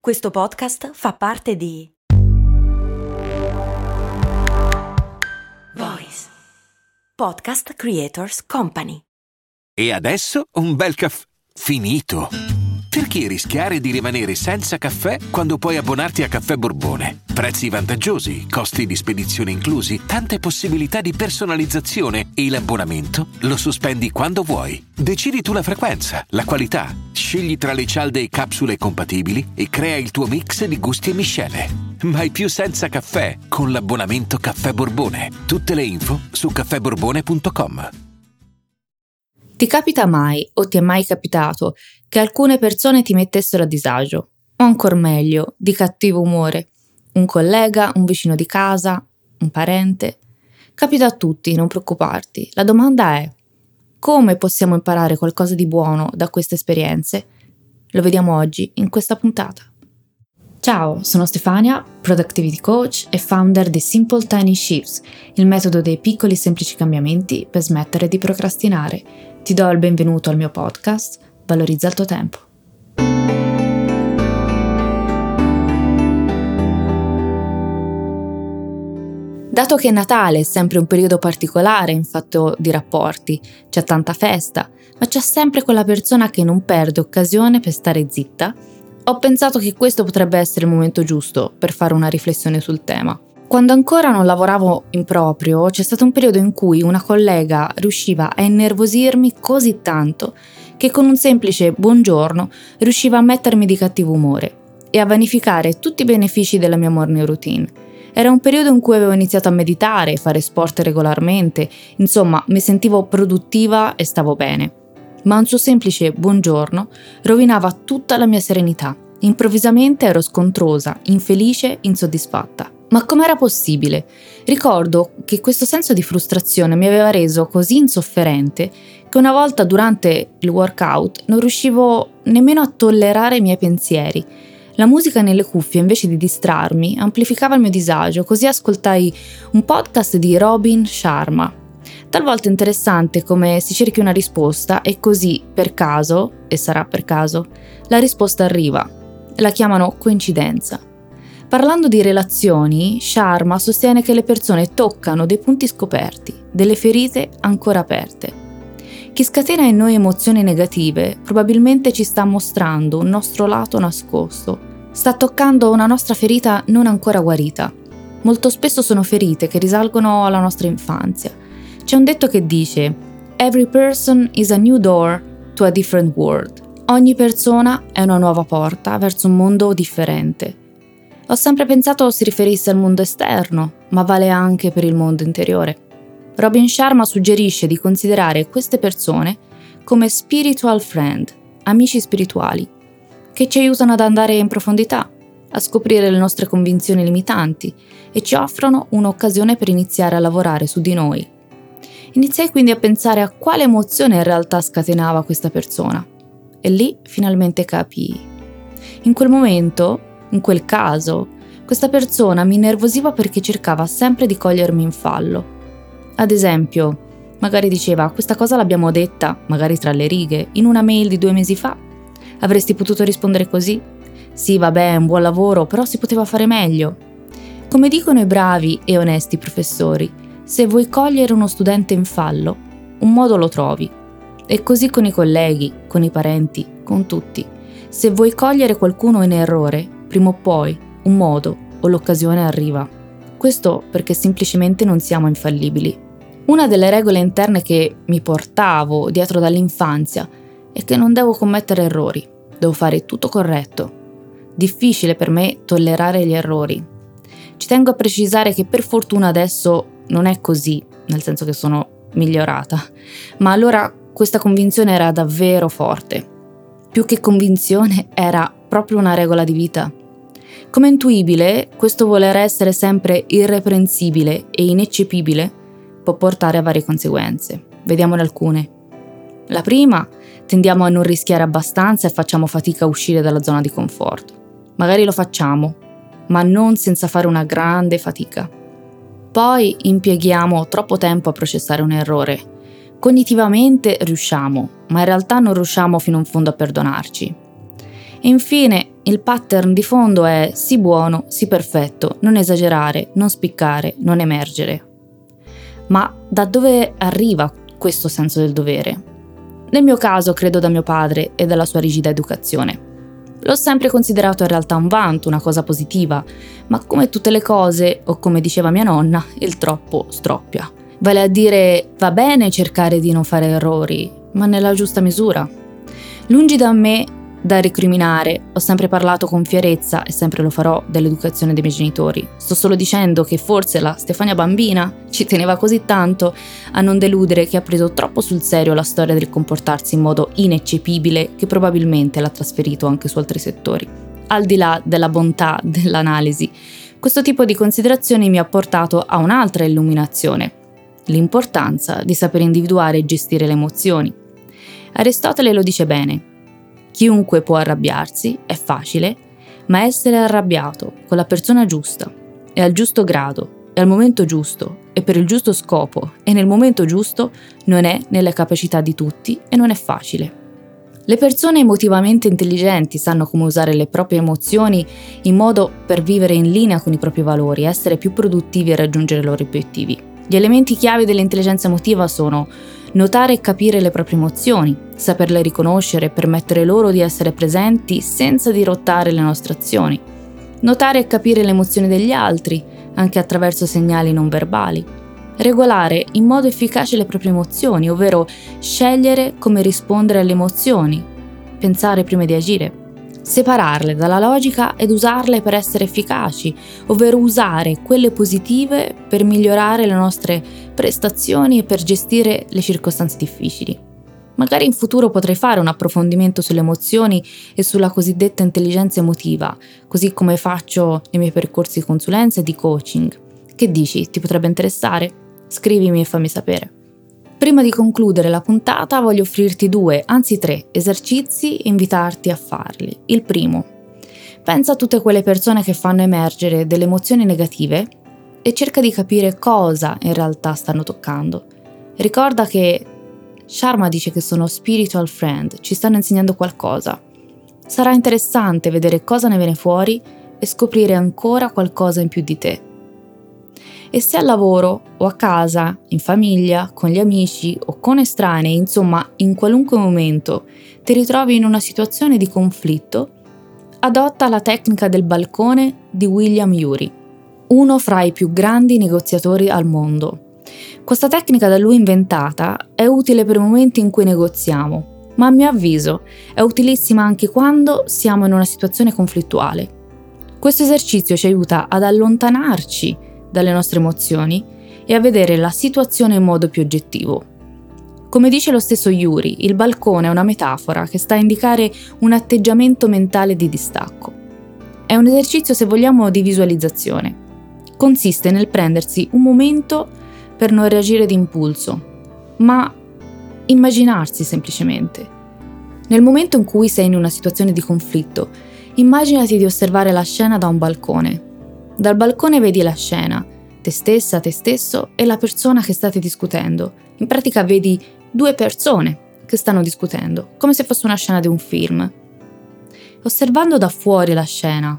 Questo podcast fa parte di Voice Podcast Creators Company. E adesso un bel caffè finito. Perché rischiare di rimanere senza caffè quando puoi abbonarti a Caffè Borbone? Prezzi vantaggiosi, costi di spedizione inclusi, tante possibilità di personalizzazione e l'abbonamento lo sospendi quando vuoi. Decidi tu la frequenza, la qualità, scegli tra le cialde e capsule compatibili e crea il tuo mix di gusti e miscele. Mai più senza caffè con l'abbonamento Caffè Borbone. Tutte le info su caffèborbone.com. Ti capita mai o ti è mai capitato che alcune persone ti mettessero a disagio? O ancor meglio, di cattivo umore? Un collega, un vicino di casa, un parente? Capita a tutti, non preoccuparti. La domanda è: come possiamo imparare qualcosa di buono da queste esperienze? Lo vediamo oggi in questa puntata. Ciao, sono Stefania, Productivity Coach e founder di Simple Tiny Shifts, il metodo dei piccoli semplici cambiamenti per smettere di procrastinare. Ti do il benvenuto al mio podcast, Valorizza il tuo tempo. Dato che Natale è sempre un periodo particolare in fatto di rapporti, c'è tanta festa, ma c'è sempre quella persona che non perde occasione per stare zitta, ho pensato che questo potrebbe essere il momento giusto per fare una riflessione sul tema. Quando ancora non lavoravo in proprio, c'è stato un periodo in cui una collega riusciva a innervosirmi così tanto che con un semplice buongiorno riusciva a mettermi di cattivo umore e a vanificare tutti i benefici della mia morning routine. Era un periodo in cui avevo iniziato a meditare, fare sport regolarmente, insomma mi sentivo produttiva e stavo bene. Ma un suo semplice buongiorno rovinava tutta la mia serenità. Improvvisamente ero scontrosa, infelice, insoddisfatta. Ma com'era possibile? Ricordo che questo senso di frustrazione mi aveva reso così insofferente che una volta durante il workout non riuscivo nemmeno a tollerare i miei pensieri. La musica nelle cuffie, invece di distrarmi, amplificava il mio disagio, così ascoltai un podcast di Robin Sharma. Talvolta interessante come si cerchi una risposta e così, per caso, e sarà per caso, la risposta arriva. La chiamano coincidenza. Parlando di relazioni, Sharma sostiene che le persone toccano dei punti scoperti, delle ferite ancora aperte. Chi scatena in noi emozioni negative probabilmente ci sta mostrando un nostro lato nascosto, sta toccando una nostra ferita non ancora guarita. Molto spesso sono ferite che risalgono alla nostra infanzia. C'è un detto che dice: "Every person is a new door to a different world". Ogni persona è una nuova porta verso un mondo differente. Ho sempre pensato si riferisse al mondo esterno, ma vale anche per il mondo interiore. Robin Sharma suggerisce di considerare queste persone come spiritual friend, amici spirituali, che ci aiutano ad andare in profondità, a scoprire le nostre convinzioni limitanti e ci offrono un'occasione per iniziare a lavorare su di noi. Iniziai quindi a pensare a quale emozione in realtà scatenava questa persona e lì finalmente capii. In quel momento, in quel caso, questa persona mi innervosiva perché cercava sempre di cogliermi in fallo. Ad esempio, magari diceva: "Questa cosa l'abbiamo detta, magari tra le righe, in una mail di 2 mesi fa. Avresti potuto rispondere così? Sì, vabbè, un buon lavoro, però si poteva fare meglio". Come dicono i bravi e onesti professori, se vuoi cogliere uno studente in fallo, un modo lo trovi. E così con i colleghi, con i parenti, con tutti. Se vuoi cogliere qualcuno in errore, prima o poi un modo o l'occasione arriva. Questo perché semplicemente non siamo infallibili. Una delle regole interne che mi portavo dietro dall'infanzia è che non devo commettere errori, devo fare tutto corretto. Difficile per me tollerare gli errori. Ci tengo a precisare che per fortuna adesso non è così, nel senso che sono migliorata, ma allora questa convinzione era davvero forte. Più che convinzione era proprio una regola di vita. Come intuibile, questo voler essere sempre irreprensibile e ineccepibile può portare a varie conseguenze. Vediamone alcune. La prima, tendiamo a non rischiare abbastanza e facciamo fatica a uscire dalla zona di conforto. Magari lo facciamo, ma non senza fare una grande fatica. Poi impieghiamo troppo tempo a processare un errore. Cognitivamente riusciamo, ma in realtà non riusciamo fino in fondo a perdonarci. E infine il pattern di fondo è sii buono, sii perfetto, non esagerare, non spiccare, non emergere. Ma da dove arriva questo senso del dovere? Nel mio caso credo da mio padre e dalla sua rigida educazione. L'ho sempre considerato in realtà un vanto, una cosa positiva, ma come tutte le cose, o come diceva mia nonna, il troppo stroppia. Vale a dire, va bene cercare di non fare errori, ma nella giusta misura. Lungi da me da recriminare, ho sempre parlato con fierezza e sempre lo farò dell'educazione dei miei genitori. Sto solo dicendo che forse la Stefania bambina ci teneva così tanto a non deludere che ha preso troppo sul serio la storia del comportarsi in modo ineccepibile che probabilmente l'ha trasferito anche su altri settori. Al di là della bontà dell'analisi, questo tipo di considerazioni mi ha portato a un'altra illuminazione: l'importanza di saper individuare e gestire le emozioni. Aristotele lo dice bene: chiunque può arrabbiarsi, è facile, ma essere arrabbiato con la persona giusta e al giusto grado e al momento giusto e per il giusto scopo e nel momento giusto non è nelle capacità di tutti e non è facile. Le persone emotivamente intelligenti sanno come usare le proprie emozioni in modo per vivere in linea con i propri valori, essere più produttivi e raggiungere i loro obiettivi. Gli elementi chiave dell'intelligenza emotiva sono notare e capire le proprie emozioni, saperle riconoscere e permettere loro di essere presenti senza dirottare le nostre azioni, notare e capire le emozioni degli altri, anche attraverso segnali non verbali, regolare in modo efficace le proprie emozioni, ovvero scegliere come rispondere alle emozioni, pensare prima di agire, separarle dalla logica ed usarle per essere efficaci, ovvero usare quelle positive per migliorare le nostre prestazioni e per gestire le circostanze difficili. Magari in futuro potrei fare un approfondimento sulle emozioni e sulla cosiddetta intelligenza emotiva, così come faccio nei miei percorsi di consulenza e di coaching. Che dici? Ti potrebbe interessare? Scrivimi e fammi sapere. Prima di concludere la puntata voglio offrirti 2, anzi 3 esercizi e invitarti a farli. Il primo: pensa a tutte quelle persone che fanno emergere delle emozioni negative e cerca di capire cosa in realtà stanno toccando. Ricorda che Sharma dice che sono spiritual friend, ci stanno insegnando qualcosa. Sarà interessante vedere cosa ne viene fuori e scoprire ancora qualcosa in più di te. E se al lavoro o a casa, in famiglia, con gli amici o con estranei, insomma in qualunque momento ti ritrovi in una situazione di conflitto, adotta la tecnica del balcone di William Ury, uno fra i più grandi negoziatori al mondo. Questa tecnica da lui inventata è utile per i momenti in cui negoziamo, ma a mio avviso è utilissima anche quando siamo in una situazione conflittuale. Questo esercizio ci aiuta ad allontanarci dalle nostre emozioni e a vedere la situazione in modo più oggettivo. Come dice lo stesso Ury, il balcone è una metafora che sta a indicare un atteggiamento mentale di distacco. È un esercizio, se vogliamo, di visualizzazione. Consiste nel prendersi un momento per non reagire d'impulso, ma immaginarsi semplicemente. Nel momento in cui sei in una situazione di conflitto, immaginati di osservare la scena da un balcone. Dal balcone vedi la scena, te stessa, te stesso e la persona che state discutendo. In pratica vedi 2 persone che stanno discutendo, come se fosse una scena di un film. Osservando da fuori la scena,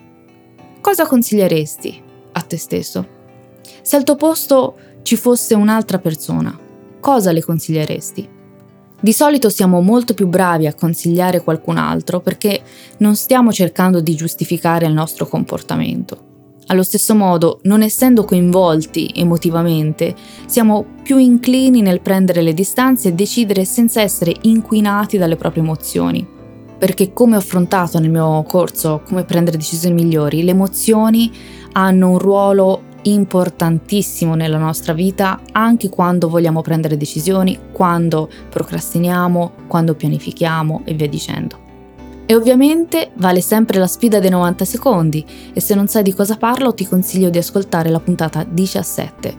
cosa consiglieresti a te stesso? Se al tuo posto ci fosse un'altra persona, cosa le consiglieresti? Di solito siamo molto più bravi a consigliare qualcun altro perché non stiamo cercando di giustificare il nostro comportamento. Allo stesso modo, non essendo coinvolti emotivamente, siamo più inclini nel prendere le distanze e decidere senza essere inquinati dalle proprie emozioni. Perché, come ho affrontato nel mio corso Come prendere decisioni migliori, le emozioni hanno un ruolo importantissimo nella nostra vita anche quando vogliamo prendere decisioni, quando procrastiniamo, quando pianifichiamo e via dicendo. E ovviamente vale sempre la sfida dei 90 secondi e se non sai di cosa parlo ti consiglio di ascoltare la puntata 17.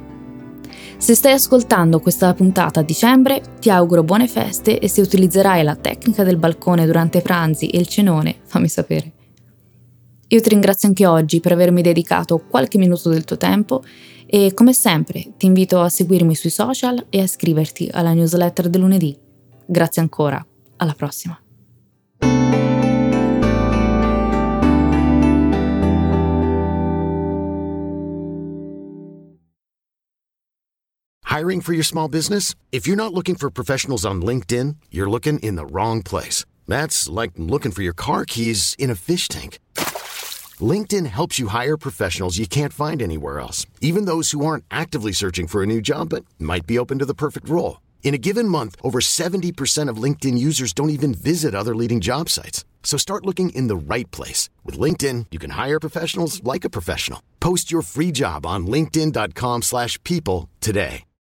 Se stai ascoltando questa puntata a dicembre ti auguro buone feste e se utilizzerai la tecnica del balcone durante i pranzi e il cenone fammi sapere. Io ti ringrazio anche oggi per avermi dedicato qualche minuto del tuo tempo e come sempre ti invito a seguirmi sui social e a iscriverti alla newsletter del lunedì. Grazie ancora, alla prossima. Hiring for your small business? If you're not looking for professionals on LinkedIn, you're looking in the wrong place. That's like looking for your car keys in a fish tank. LinkedIn helps you hire professionals you can't find anywhere else, even those who aren't actively searching for a new job but might be open to the perfect role. In a given month, over 70% of LinkedIn users don't even visit other leading job sites. So start looking in the right place. With LinkedIn, you can hire professionals like a professional. Post your free job on linkedin.com/people today.